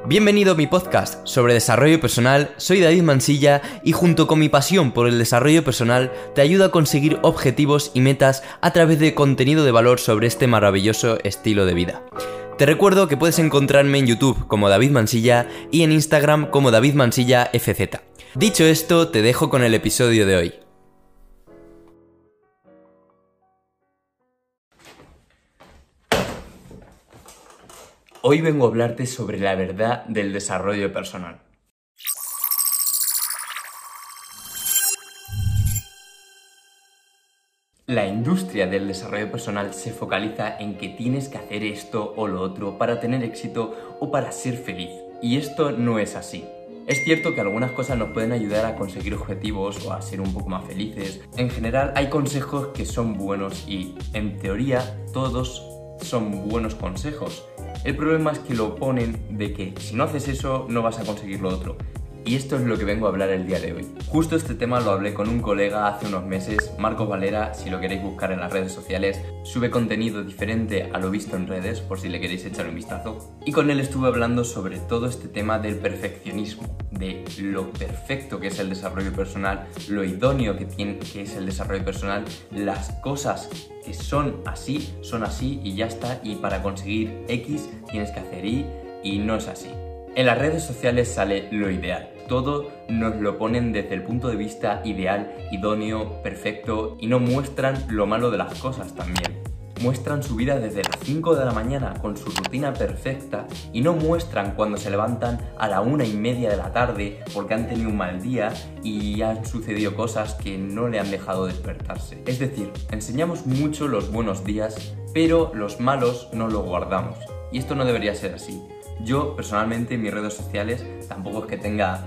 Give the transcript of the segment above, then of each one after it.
Bienvenido a mi podcast sobre desarrollo personal, soy David Mansilla y junto con mi pasión por el desarrollo personal te ayudo a conseguir objetivos y metas a través de contenido de valor sobre este maravilloso estilo de vida. Te recuerdo que puedes encontrarme en YouTube como David Mansilla y en Instagram como David Mansilla FZ. Dicho esto, te dejo con el episodio de hoy. Hoy vengo a hablarte sobre la verdad del desarrollo personal. La industria del desarrollo personal se focaliza en que tienes que hacer esto o lo otro para tener éxito o para ser feliz. Y esto no es así. Es cierto que algunas cosas nos pueden ayudar a conseguir objetivos o a ser un poco más felices. En general hay consejos que son buenos y, en teoría, todos son buenos consejos. El problema es que lo ponen de que si no haces eso no vas a conseguir lo otro. Y esto es lo que vengo a hablar el día de hoy. Justo este tema lo hablé con un colega hace unos meses, Marcos Valera, si lo queréis buscar en las redes sociales. Sube contenido diferente a lo visto en redes, por si le queréis echar un vistazo. Y con él estuve hablando sobre todo este tema del perfeccionismo, de lo perfecto que es el desarrollo personal, lo idóneo que es el desarrollo personal, las cosas que son así y ya está, y para conseguir X tienes que hacer Y no es así. En las redes sociales sale lo ideal. Todo nos lo ponen desde el punto de vista ideal, idóneo, perfecto, y no muestran lo malo de las cosas también. Muestran su vida desde las 5 de la mañana con su rutina perfecta y no muestran cuando se levantan a la 1:30 de la tarde porque han tenido un mal día y han sucedido cosas que no le han dejado despertarse. Es decir, enseñamos mucho los buenos días, pero los malos no los guardamos. Y esto no debería ser así. Yo, personalmente, en mis redes sociales, tampoco es que tenga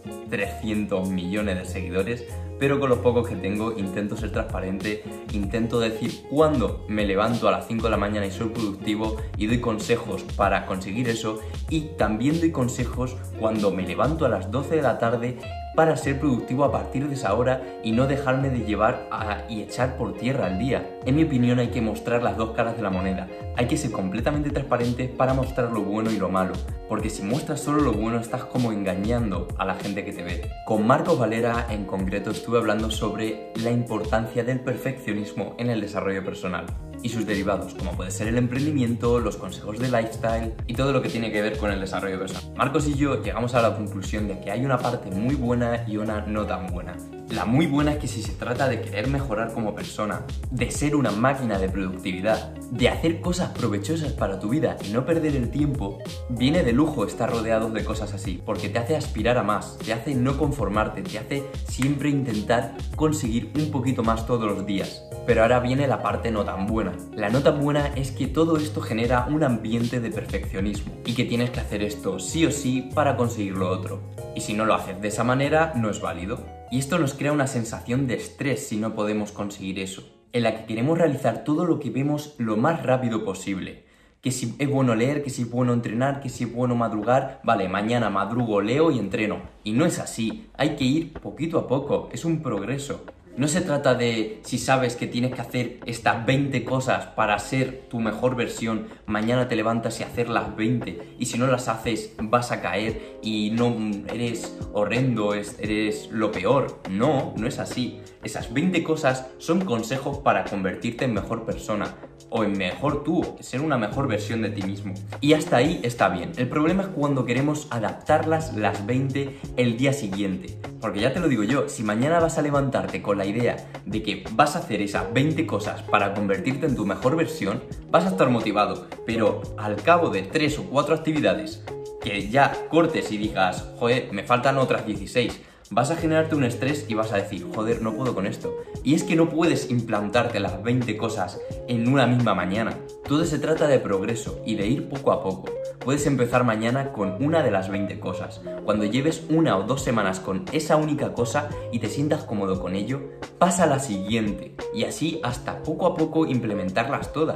300 millones de seguidores, pero con los pocos que tengo intento ser transparente, intento decir cuándo me levanto a las 5 de la mañana y soy productivo y doy consejos para conseguir eso, y también doy consejos cuando me levanto a las 12 de la tarde para ser productivo a partir de esa hora y no dejarme de llevar y echar por tierra el día. En mi opinión hay que mostrar las dos caras de la moneda. Hay que ser completamente transparente para mostrar lo bueno y lo malo, porque si muestras solo lo bueno estás como engañando a la gente que te ve. Con Marcos Valera en concreto estuve hablando sobre la importancia del perfeccionismo en el desarrollo personal y sus derivados, como puede ser el emprendimiento, los consejos de lifestyle y todo lo que tiene que ver con el desarrollo personal. Marcos y yo llegamos a la conclusión de que hay una parte muy buena y una no tan buena. La muy buena es que si se trata de querer mejorar como persona, de ser una máquina de productividad, de hacer cosas provechosas para tu vida y no perder el tiempo, viene de lujo estar rodeado de cosas así, porque te hace aspirar a más, te hace no conformarte, te hace siempre intentar conseguir un poquito más todos los días. Pero ahora viene la parte no tan buena. La no tan buena es que todo esto genera un ambiente de perfeccionismo y que tienes que hacer esto sí o sí para conseguir lo otro. Y si no lo haces de esa manera, no es válido. Y esto nos crea una sensación de estrés si no podemos conseguir eso, en la que queremos realizar todo lo que vemos lo más rápido posible. Que si es bueno leer, que si es bueno entrenar, que si es bueno madrugar, vale, mañana madrugo, leo y entreno. Y no es así, hay que ir poquito a poco, es un progreso. No se trata de si sabes que tienes que hacer estas 20 cosas para ser tu mejor versión, mañana te levantas y hacer las 20 y si no las haces vas a caer y no eres horrendo, eres lo peor. No, no es así. Esas 20 cosas son consejos para convertirte en mejor persona o en mejor tú, ser una mejor versión de ti mismo. Y hasta ahí está bien. El problema es cuando queremos adaptarlas las 20 el día siguiente. Porque ya te lo digo yo, si mañana vas a levantarte con la idea de que vas a hacer esas 20 cosas para convertirte en tu mejor versión, vas a estar motivado. Pero al cabo de 3 o 4 actividades que ya cortes y digas, joder, me faltan otras 16, vas a generarte un estrés y vas a decir, joder, no puedo con esto. Y es que no puedes implantarte las 20 cosas en una misma mañana. Todo se trata de progreso y de ir poco a poco. Puedes empezar mañana con una de las 20 cosas. Cuando lleves 1 o 2 semanas con esa única cosa y te sientas cómodo con ello, pasa a la siguiente. Y así hasta poco a poco implementarlas todas.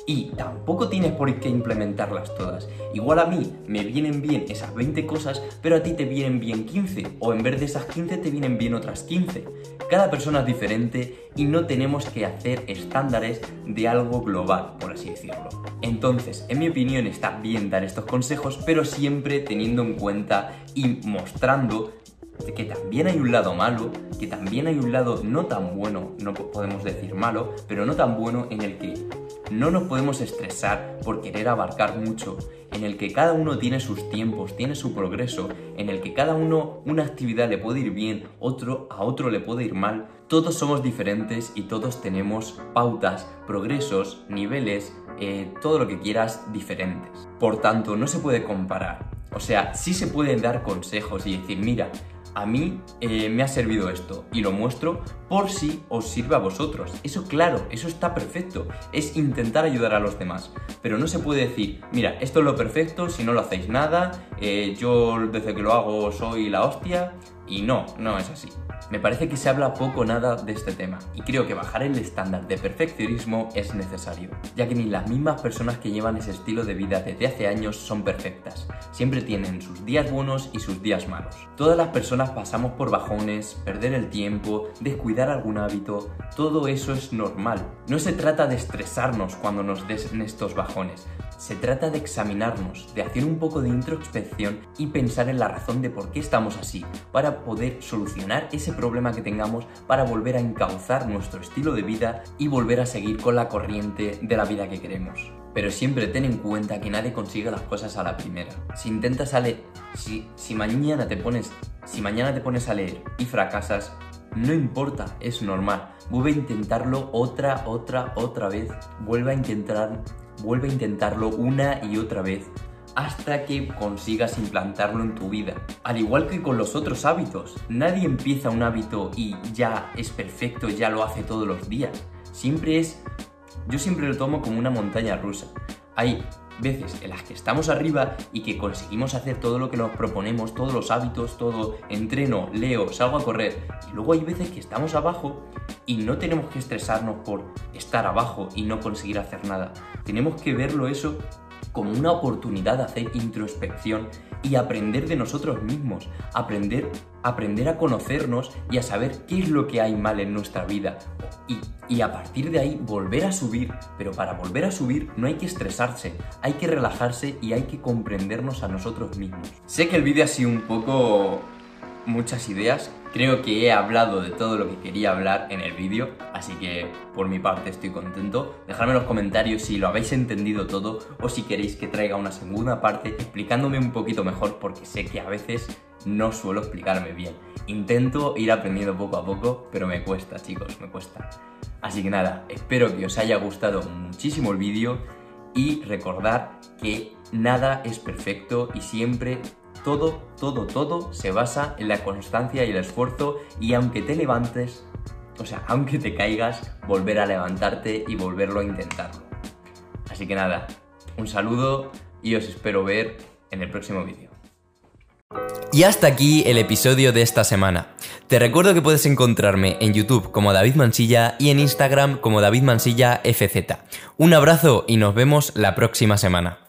Y tampoco tienes por qué implementarlas todas. Igual a mí me vienen bien esas 20 cosas, pero a ti te vienen bien 15. O en vez de esas 15 te vienen bien otras 15. Cada persona es diferente y no tenemos que hacer estándares de algo global, por así decirlo. Entonces, en mi opinión está bien dar estos consejos, pero siempre teniendo en cuenta y mostrando que también hay un lado malo, que también hay un lado no tan bueno, no podemos decir malo, pero no tan bueno, en el que no nos podemos estresar por querer abarcar mucho, en el que cada uno tiene sus tiempos, tiene su progreso, en el que cada uno una actividad le puede ir bien, a otro le puede ir mal. Todos somos diferentes y todos tenemos pautas, progresos, niveles, todo lo que quieras diferentes. Por tanto, no se puede comparar. O sea, sí se pueden dar consejos y decir, mira, a mí me ha servido esto y lo muestro por si os sirve a vosotros. Eso claro, eso está perfecto. Es intentar ayudar a los demás. Pero no se puede decir, mira, esto es lo perfecto, si no lo hacéis nada, yo desde que lo hago soy la hostia. Y no es así. Me parece que se habla poco o nada de este tema y creo que bajar el estándar de perfeccionismo es necesario, ya que ni las mismas personas que llevan ese estilo de vida desde hace años son perfectas. Siempre tienen sus días buenos y sus días malos. Todas las personas pasamos por bajones, perder el tiempo, descuidar algún hábito, todo eso es normal. No se trata de estresarnos cuando nos den estos bajones. Se trata de examinarnos, de hacer un poco de introspección y pensar en la razón de por qué estamos así, para poder solucionar ese problema que tengamos, para volver a encauzar nuestro estilo de vida y volver a seguir con la corriente de la vida que queremos. Pero siempre ten en cuenta que nadie consigue las cosas a la primera. Si intentas si mañana te pones a leer y fracasas, no importa, es normal. Vuelve a intentarlo otra vez. Vuelve a intentarlo una y otra vez hasta que consigas implantarlo en tu vida. Al igual que con los otros hábitos, nadie empieza un hábito y ya es perfecto, ya lo hace todos los días. Yo siempre lo tomo como una montaña rusa. Hay veces en las que estamos arriba y que conseguimos hacer todo lo que nos proponemos, todos los hábitos, todo, entreno, leo, salgo a correr. Y luego hay veces que estamos abajo y no tenemos que estresarnos por estar abajo y no conseguir hacer nada. Tenemos que verlo eso como una oportunidad de hacer introspección y aprender de nosotros mismos, aprender a conocernos y a saber qué es lo que hay mal en nuestra vida y a partir de ahí volver a subir. Pero para volver a subir no hay que estresarse, hay que relajarse y hay que comprendernos a nosotros mismos. Sé que el vídeo ha sido un poco muchas ideas. Creo que he hablado de todo lo que quería hablar en el vídeo, así que por mi parte estoy contento. Dejadme en los comentarios si lo habéis entendido todo o si queréis que traiga una segunda parte explicándome un poquito mejor, porque sé que a veces no suelo explicarme bien. Intento ir aprendiendo poco a poco, pero me cuesta, chicos, me cuesta. Así que nada, espero que os haya gustado muchísimo el vídeo y recordad que nada es perfecto y siempre todo se basa en la constancia y el esfuerzo, y aunque te levantes, aunque te caigas, volver a levantarte y volverlo a intentarlo. Así que nada, un saludo y os espero ver en el próximo vídeo. Y hasta aquí el episodio de esta semana. Te recuerdo que puedes encontrarme en YouTube como David Mansilla y en Instagram como David Mansilla FZ. Un abrazo y nos vemos la próxima semana.